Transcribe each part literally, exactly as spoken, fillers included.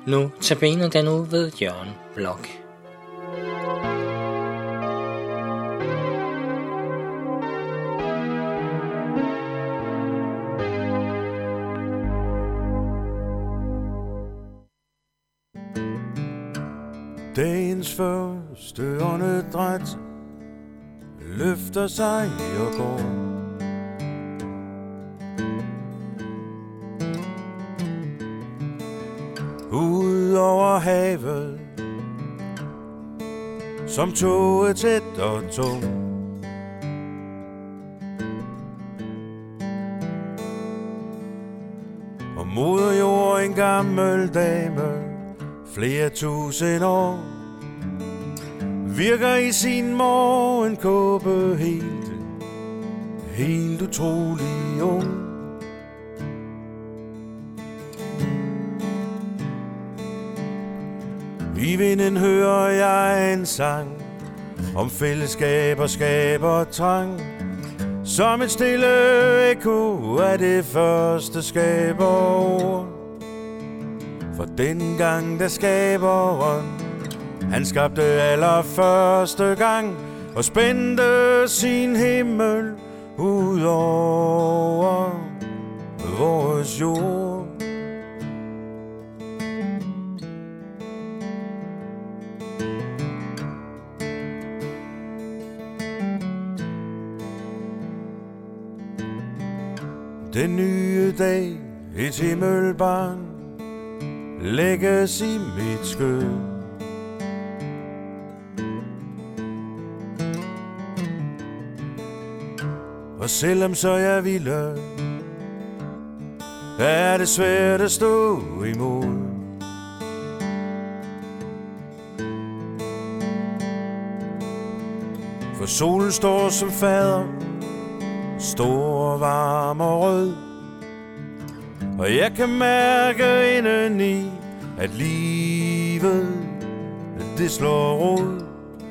Nu tabiner den ud ved Jørgen Blok. Dagens første åndedræt løfter sig og går. Ud over havet, som toget tæt og tung. Og moder jord en gammel dame, flere tusind år, virker i sin morgenkåbe helt, helt utrolig ung. I vinden hører jeg en sang om fællesskab og skab og trang, som et stille ekko af det første skaberord. For dengang der skaberen, han skabte allerførste gang og spændte sin himmel ud over vores jord. Den nye dag, et himmelbarn, lægges i mit skød. Og selvom så jeg ville, er det svært at stå imod. For solen står som fader, stor, varm og rød, og jeg kan mærke indeni, at livet, det slår rod.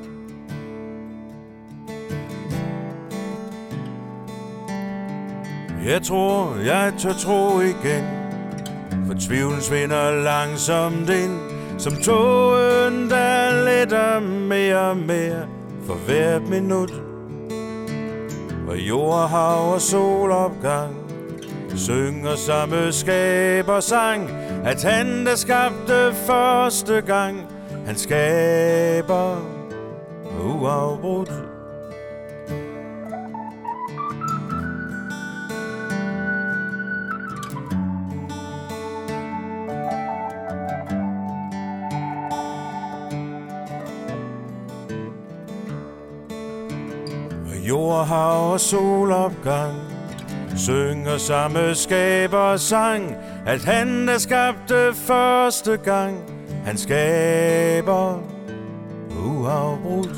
Jeg tror, jeg tør tro igen, for tvivlen svinder langsomt ind, som togen, der letter mere og mere for hvert minut. Og jord, hav og solopgang synger samme skabersang, at han, der skabte første gang, han skaber uafbrudt. Jord, hav og solopgang synger samme skabersang, at han, der skabte første gang, han skaber uafbrudt.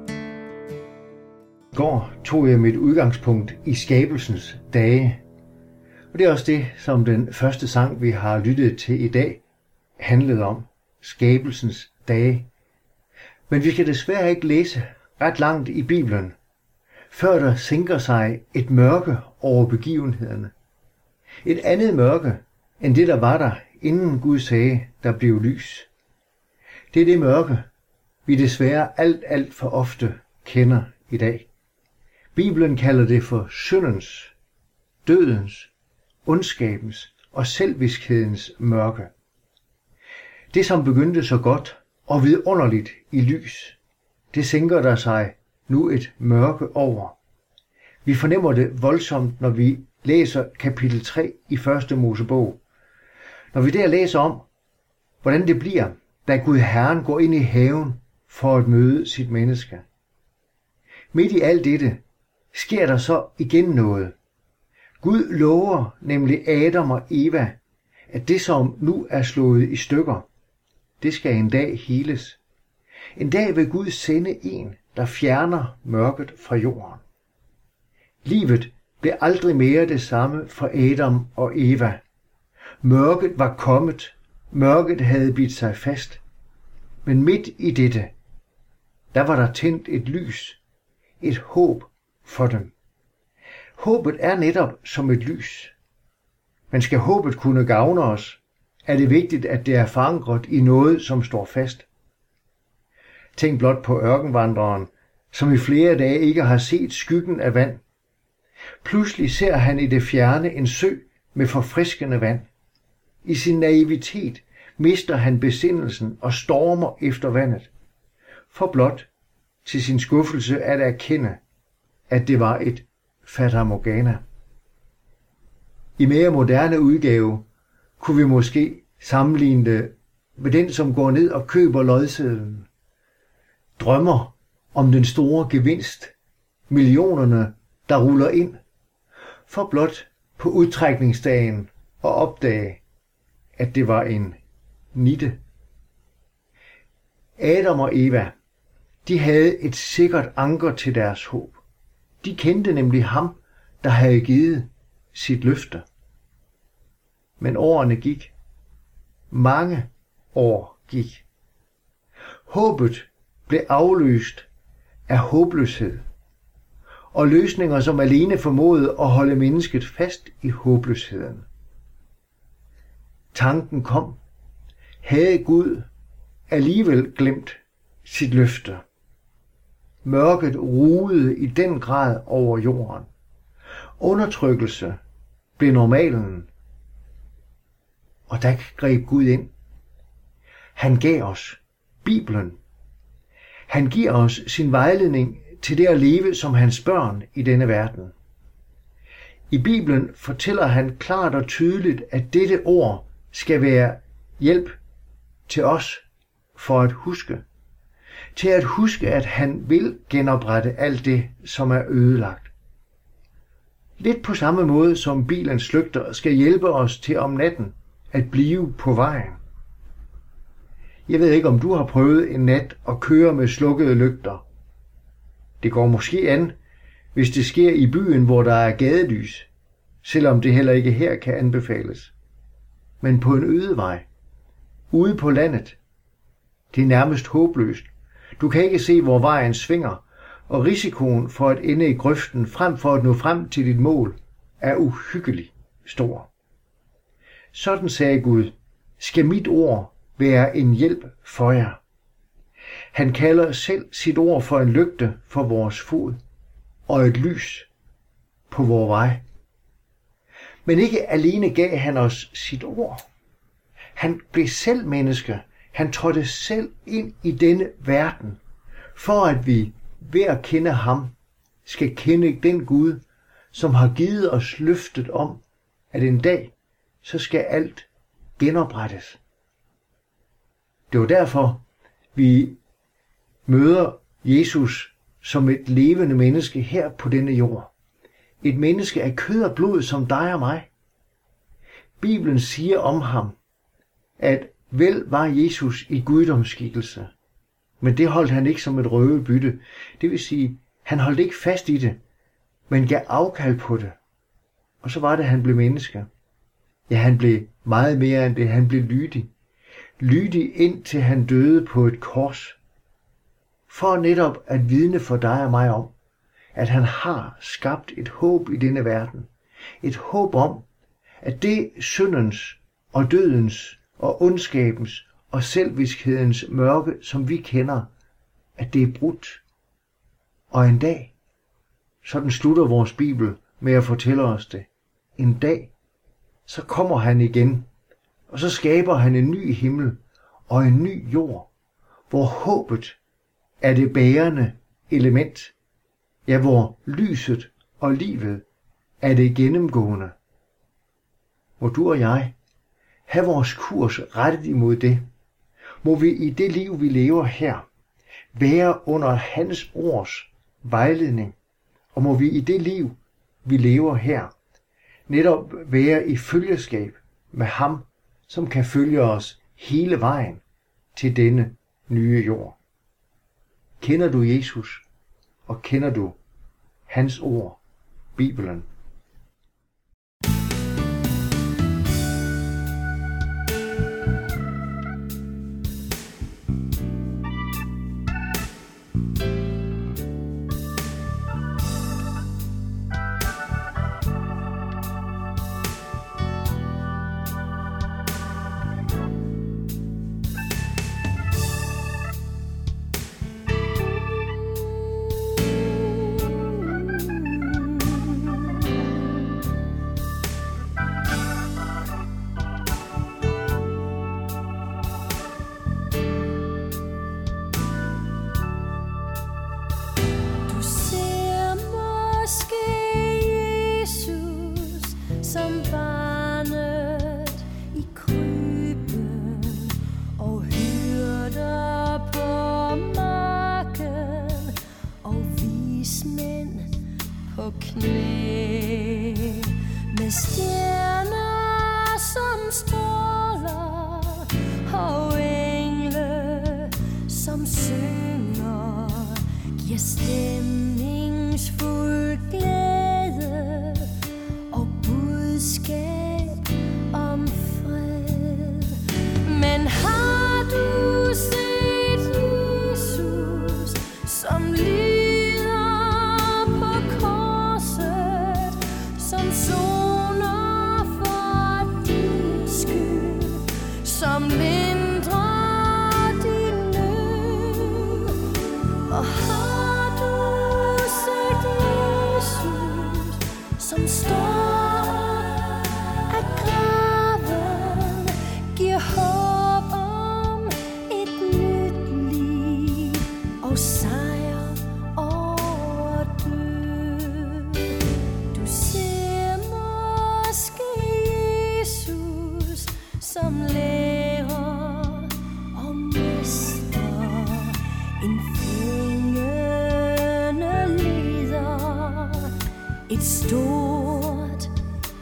I går tog jeg mit udgangspunkt i skabelsens dage. Og det er også det, som den første sang, vi har lyttet til i dag, handlede om. Skabelsens dage. Men vi skal desværre ikke læse ret langt i Bibelen, før der sænker sig et mørke over begivenhederne. Et andet mørke, end det der var der, inden Gud sagde, der blev lys. Det er det mørke, vi desværre alt, alt for ofte kender i dag. Bibelen kalder det for syndens, dødens, ondskabens og selviskhedens mørke. Det, som begyndte så godt og vidunderligt i lys, det sænker der sig nu et mørke over. Vi fornemmer det voldsomt, når vi læser kapitel tre i første Mosebog. Når vi der læser om, hvordan det bliver, da Gud Herren går ind i haven for at møde sit menneske. Midt i alt dette sker der så igen noget. Gud lover nemlig Adam og Eva, at det som nu er slået i stykker, det skal en dag heles. En dag vil Gud sende en, der fjerner mørket fra jorden. Livet blev aldrig mere det samme for Adam og Eva. Mørket var kommet, mørket havde bidt sig fast. Men midt i dette, der var der tændt et lys, et håb for dem. Håbet er netop som et lys. Men skal håbet kunne gavne os, er det vigtigt, at det er forankret i noget, som står fast. Tænk blot på ørkenvandreren, som i flere dage ikke har set skyggen af vand. Pludselig ser han i det fjerne en sø med forfriskende vand. I sin naivitet mister han besindelsen og stormer efter vandet, for blot til sin skuffelse at erkende, at det var et fatamorgana. I mere moderne udgave kunne vi måske sammenligne det med den, som går ned og køber lodsedlen, drømmer om den store gevinst, millionerne, der ruller ind, for blot på udtrækningsdagen at opdage, at det var en nitte. Adam og Eva, de havde et sikkert anker til deres håb. De kendte nemlig ham, der havde givet sit løfte. Men årene gik. Mange år gik. Håbet blev afløst af håbløshed, og løsninger, som alene formåede at holde mennesket fast i håbløsheden. Tanken kom, havde Gud alligevel glemt sit løfte. Mørket rugede i den grad over jorden. Undertrykkelse blev normalen, og der greb Gud ind. Han gav os Bibelen. Han giver os sin vejledning til det at leve som hans børn i denne verden. I Bibelen fortæller han klart og tydeligt, at dette ord skal være hjælp til os for at huske. Til at huske, at han vil genoprette alt det, som er ødelagt. Lidt på samme måde som bilens lygter skal hjælpe os til om natten at blive på vejen. Jeg ved ikke, om du har prøvet en nat at køre med slukkede lygter. Det går måske an, hvis det sker i byen, hvor der er gadelys, selvom det heller ikke her kan anbefales. Men på en øde vej, ude på landet, det er nærmest håbløst. Du kan ikke se, hvor vejen svinger, og risikoen for at ende i grøften frem for at nå frem til dit mål er uhyggelig stor. Sådan sagde Gud, skal mit ord være en hjælp for jer. Han kalder selv sit ord for en lygte for vores fod og et lys på vor vej. Men ikke alene gav han os sit ord. Han blev selv menneske. Han trådte selv ind i denne verden, for at vi ved at kende ham, skal kende den Gud, som har givet os løftet om, at en dag, så skal alt genoprettes. Det var derfor, vi møder Jesus som et levende menneske her på denne jord. Et menneske af kød og blod som dig og mig. Bibelen siger om ham, at vel var Jesus i guddomsskikkelse, men det holdt han ikke som et røvebytte. Det vil sige, han holdt ikke fast i det, men gav afkald på det. Og så var det, han blev menneske. Ja, han blev meget mere end det. Han blev lydig. Lydig indtil han døde på et kors. For netop at vidne for dig og mig om, at han har skabt et håb i denne verden. Et håb om, at det syndens og dødens og ondskabens og selviskhedens mørke, som vi kender, at det er brudt. Og en dag, sådan slutter vores Bibel med at fortælle os det, en dag, så kommer han igen, og så skaber han en ny himmel og en ny jord, hvor håbet er det bærende element, ja, hvor lyset og livet er det gennemgående. Må du og jeg have vores kurs rettet imod det. Må vi i det liv, vi lever her, være under hans ords vejledning, og må vi i det liv, vi lever her, netop være i følgeskab med ham, som kan følge os hele vejen til denne nye jord. Kender du Jesus, og kender du hans ord, Bibelen? knæ, med stjerner som stråler og engle som synger, giver stemningsfuld glæde og budskab om fred. Men har du set Jesus, som lider på korset, som soner for din skyld, som lindrer din nød? Og har du set Jesus, som står af graven, giver håb om et nyt liv og sejr over død? Du ser måske Jesus som lærer og mester, en fængende leder, et stort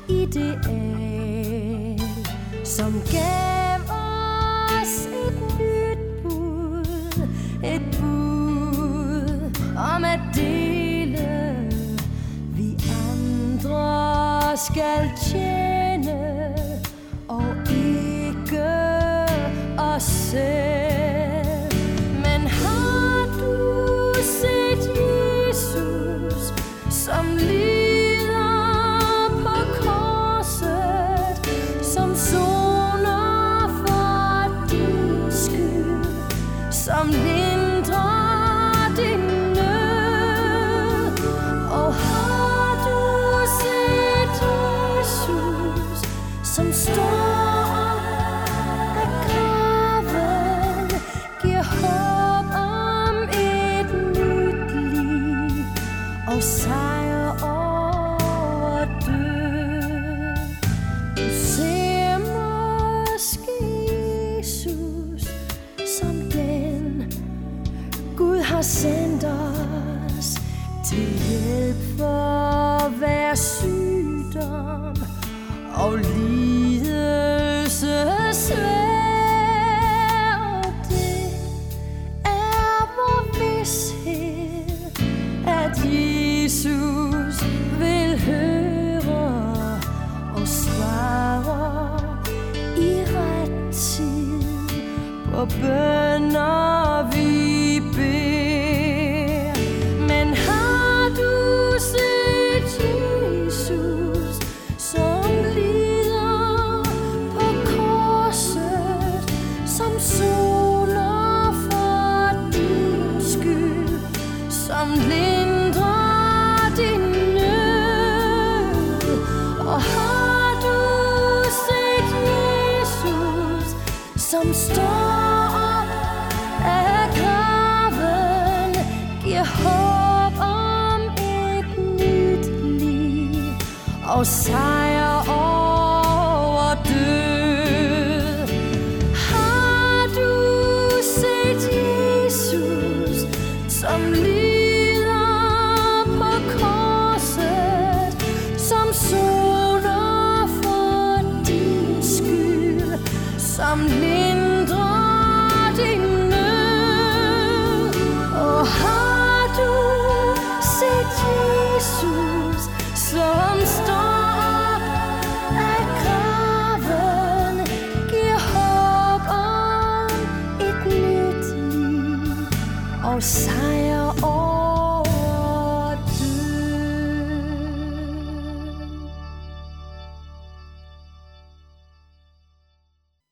ideal, som gav os et nyt bud, et bud om at dele. Vi andre skal tjene og ikke os selv. Men har du set Jesus, som lider på korset, som soner for din skyld, som lindrer din nød? Og har du set Jesus, som står af graven, giver håb om et nyt liv og sejr over død? Du ser måske Jesus som den Gud har sendt os til hjælp for hver sygdom og lidelse svær. Og det er vor vished, at Jesus vil høre og svare i ret tid på bønner vi beder. Men har du set Jesus, som lider på korset, som soner for din skyld, som lindrer din nød? Og har du set Jesus, som står op af graven, giver håb om et nyt liv og sejr over død? Har du set Jesus, som lider på korset, som soner for din skyld, som lindrer din nød? Og har du set Jesus, som står op af graven, giver håb om et nyt liv og sejr